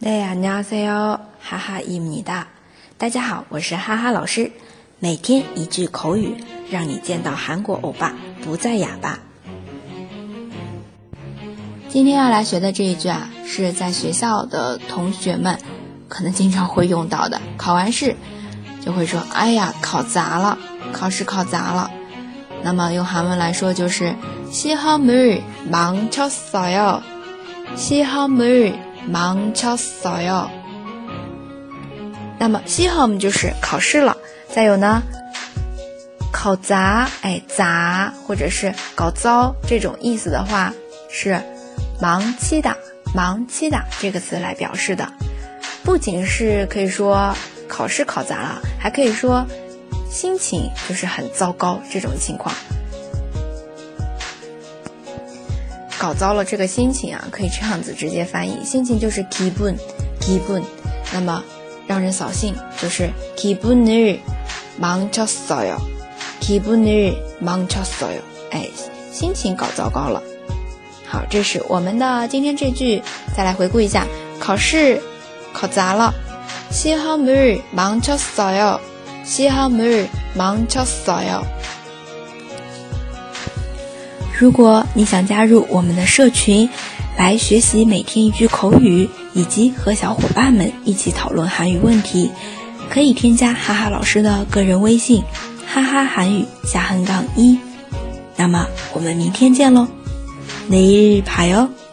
네, 안녕하세요. 하하입니다. 大家好，我是哈哈老师。每天一句口语，让你见到韩国欧巴不再哑巴。今天要来学的这一句啊，是在学校的同学们可能经常会用到的。考完试就会说：“哎呀，考砸了，考试考砸了。”那么用韩文来说就是 시험을 망쳤어요. 시험을 망쳤어요. 那么시험就是考试了，再有呢，考砸，砸或者是搞糟这种意思的话是망치다这个词来表示的。不仅是可以说考试考砸了，还可以说心情就是很糟糕这种情况。搞糟了这个心情啊，可以这样子直接翻译，心情就是 기분， 那么让人扫兴就是 기분을 망쳤어요， 心情搞糟糕了。好，这是我们的今天这句，再来回顾一下，考试考砸了，시험을 망쳤어요。如果你想加入我们的社群，来学习每天一句口语，以及和小伙伴们一起讨论韩语问题，可以添加哈哈老师的个人微信哈哈韩语+1。那么我们明天见喽，내일 봐요。